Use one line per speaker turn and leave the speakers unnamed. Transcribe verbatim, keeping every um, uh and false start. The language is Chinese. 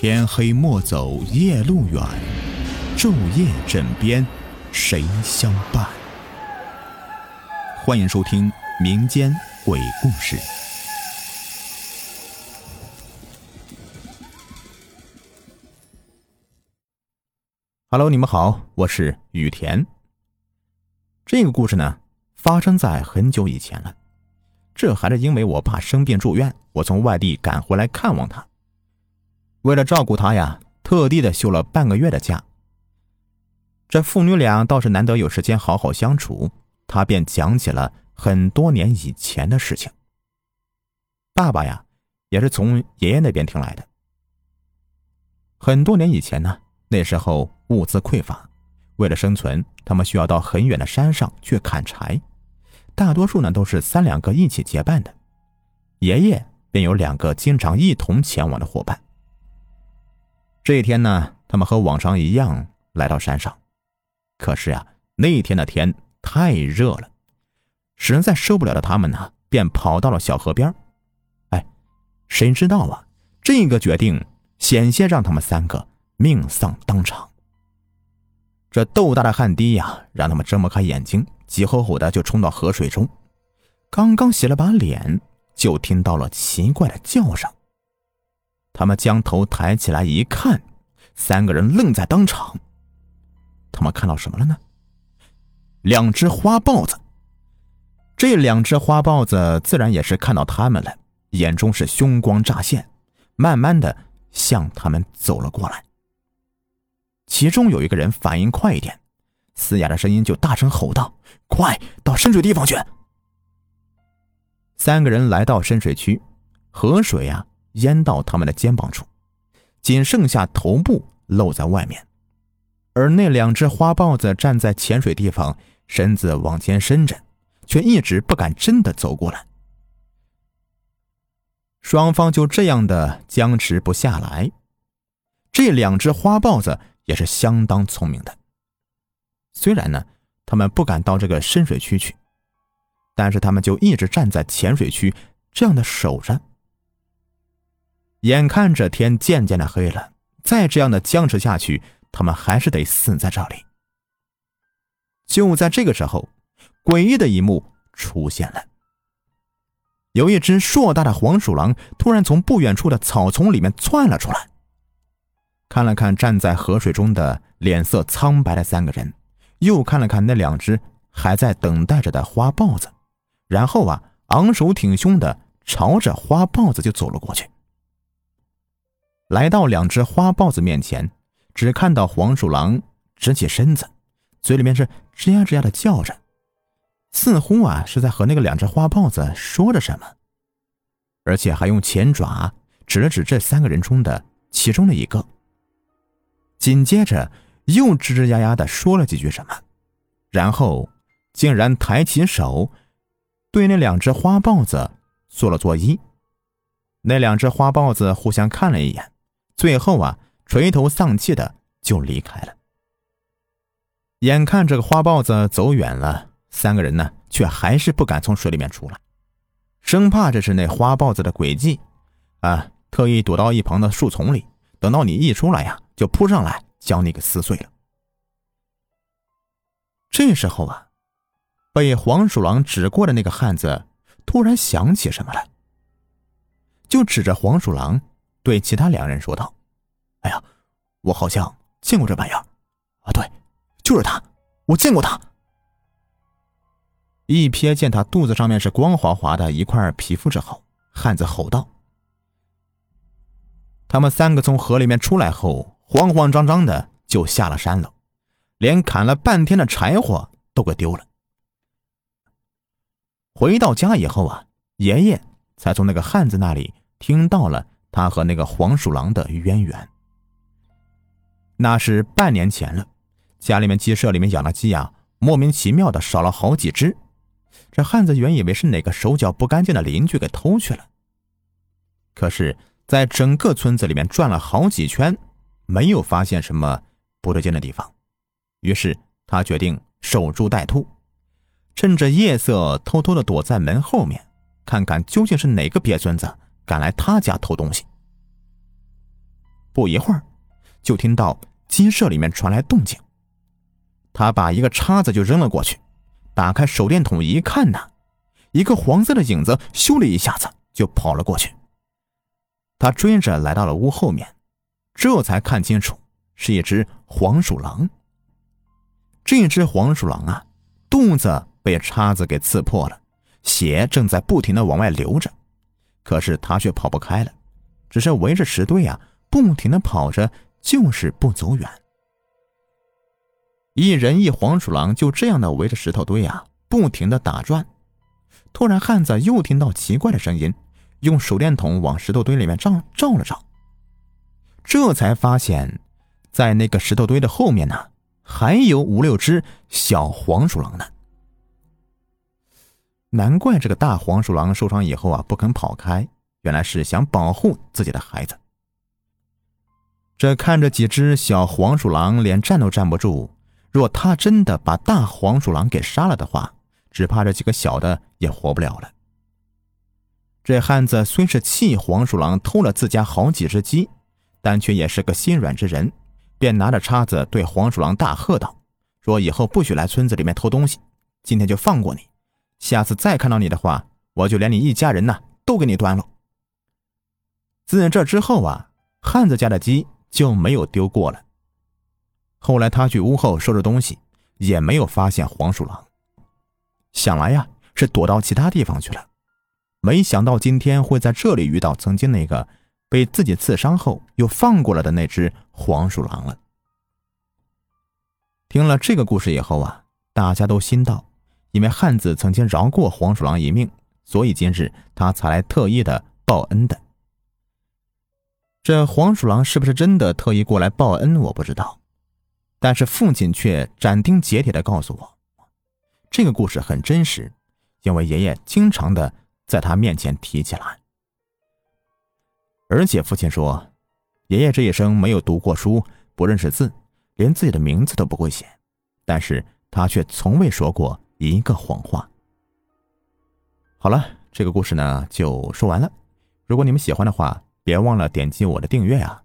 天黑莫走夜路远，昼夜枕边谁相伴？欢迎收听民间鬼故事。Hello， 你们好，我是雨田。这个故事呢，发生在很久以前了。这还是因为我爸生病住院，我从外地赶回来看望他。为了照顾他呀，特地的休了半个月的假。这父女俩倒是难得有时间好好相处，他便讲起了很多年以前的事情。爸爸呀，也是从爷爷那边听来的。很多年以前呢，那时候物资匮乏，为了生存，他们需要到很远的山上去砍柴，大多数呢都是三两个一起结伴的。爷爷便有两个经常一同前往的伙伴。这一天呢，他们和往常一样来到山上，可是啊，那天的天太热了，实在受不了的他们呢，便跑到了小河边。哎，谁知道啊，这个决定险些让他们三个命丧当场。这豆大的汗滴呀，让他们睁不开眼睛，急吼吼的就冲到河水中。刚刚洗了把脸，就听到了奇怪的叫声。他们将头抬起来一看，三个人愣在当场。他们看到什么了呢？两只花豹子。这两只花豹子自然也是看到他们了，眼中是凶光乍现，慢慢的向他们走了过来。其中有一个人反应快一点，嘶哑的声音就大声吼道：“快到深水地方去！”三个人来到深水区，河水啊淹到他们的肩膀处，仅剩下头部露在外面。而那两只花豹子站在浅水地方，身子往前伸着，却一直不敢真的走过来。双方就这样的僵持不下来。这两只花豹子也是相当聪明的，虽然呢他们不敢到这个深水区去，但是他们就一直站在浅水区这样的守着。眼看着天渐渐的黑了，再这样的僵持下去，他们还是得死在这里。就在这个时候，诡异的一幕出现了。有一只硕大的黄鼠狼突然从不远处的草丛里面窜了出来，看了看站在河水中的脸色苍白的三个人，又看了看那两只还在等待着的花豹子，然后啊，昂首挺胸的朝着花豹子就走了过去。来到两只花豹子面前，只看到黄鼠狼直起身子，嘴里面是吱呀吱呀的叫着，似乎啊是在和那个两只花豹子说着什么，而且还用前爪指了指这三个人中的其中的一个。紧接着又吱吱呀呀的说了几句什么，然后竟然抬起手对那两只花豹子做了作揖。那两只花豹子互相看了一眼，最后啊垂头丧气的就离开了。眼看这个花豹子走远了，三个人呢却还是不敢从水里面出来，生怕这是那花豹子的诡计啊，特意躲到一旁的树丛里，等到你一出来呀，就扑上来将你给撕碎了。这时候啊，被黄鼠狼指过的那个汉子突然想起什么来，就指着黄鼠狼对其他两人说道：“哎呀，我好像见过这玩意儿啊！对，就是他，我见过他。”一瞥见他肚子上面是光滑滑的一块皮肤之后，汉子吼道。他们三个从河里面出来后，慌慌张张的就下了山了，连砍了半天的柴火都给丢了。回到家以后啊，爷爷才从那个汉子那里听到了他和那个黄鼠狼的渊源。那是半年前了，家里面鸡舍里面养的鸡啊，莫名其妙的少了好几只。这汉子原以为是哪个手脚不干净的邻居给偷去了，可是在整个村子里面转了好几圈，没有发现什么不对劲的地方。于是他决定守株待兔，趁着夜色偷偷的躲在门后面，看看究竟是哪个鳖孙子敢来他家偷东西。 不一会儿，就听到鸡舍里面传来动静。他把一个叉子就扔了过去，打开手电筒一看呢，一个黄色的影子咻了一下子就跑了过去。他追着来到了屋后面，这才看清楚是一只黄鼠狼。这只黄鼠狼啊，肚子被叉子给刺破了，血正在不停地往外流着，可是他却跑不开了，只是围着石堆啊不停地跑着，就是不走远。一人一黄鼠狼就这样的围着石头堆啊不停地打转。突然汉子又听到奇怪的声音，用手电筒往石头堆里面照照了照，这才发现在那个石头堆的后面呢，还有五六只小黄鼠狼呢。难怪这个大黄鼠狼受伤以后啊不肯跑开，原来是想保护自己的孩子。这看着几只小黄鼠狼连站都站不住，若他真的把大黄鼠狼给杀了的话，只怕这几个小的也活不了了。这汉子虽是气黄鼠狼偷了自家好几只鸡，但却也是个心软之人，便拿着叉子对黄鼠狼大喝道，说以后不许来村子里面偷东西，今天就放过你，下次再看到你的话，我就连你一家人呢都给你端了。自这之后啊，汉子家的鸡就没有丢过了。后来他去屋后收拾东西，也没有发现黄鼠狼，想来呀是躲到其他地方去了。没想到今天会在这里遇到曾经那个被自己刺伤后又放过了的那只黄鼠狼了。听了这个故事以后啊，大家都心道，因为汉子曾经饶过黄鼠狼一命，所以今日他才来特意的报恩的。这黄鼠狼是不是真的特意过来报恩我不知道，但是父亲却斩钉截铁地告诉我，这个故事很真实，因为爷爷经常的在他面前提起来。而且父亲说，爷爷这一生没有读过书，不认识字，连自己的名字都不会写，但是他却从未说过一个谎话。好了，这个故事呢就说完了。如果你们喜欢的话，别忘了点击我的订阅啊。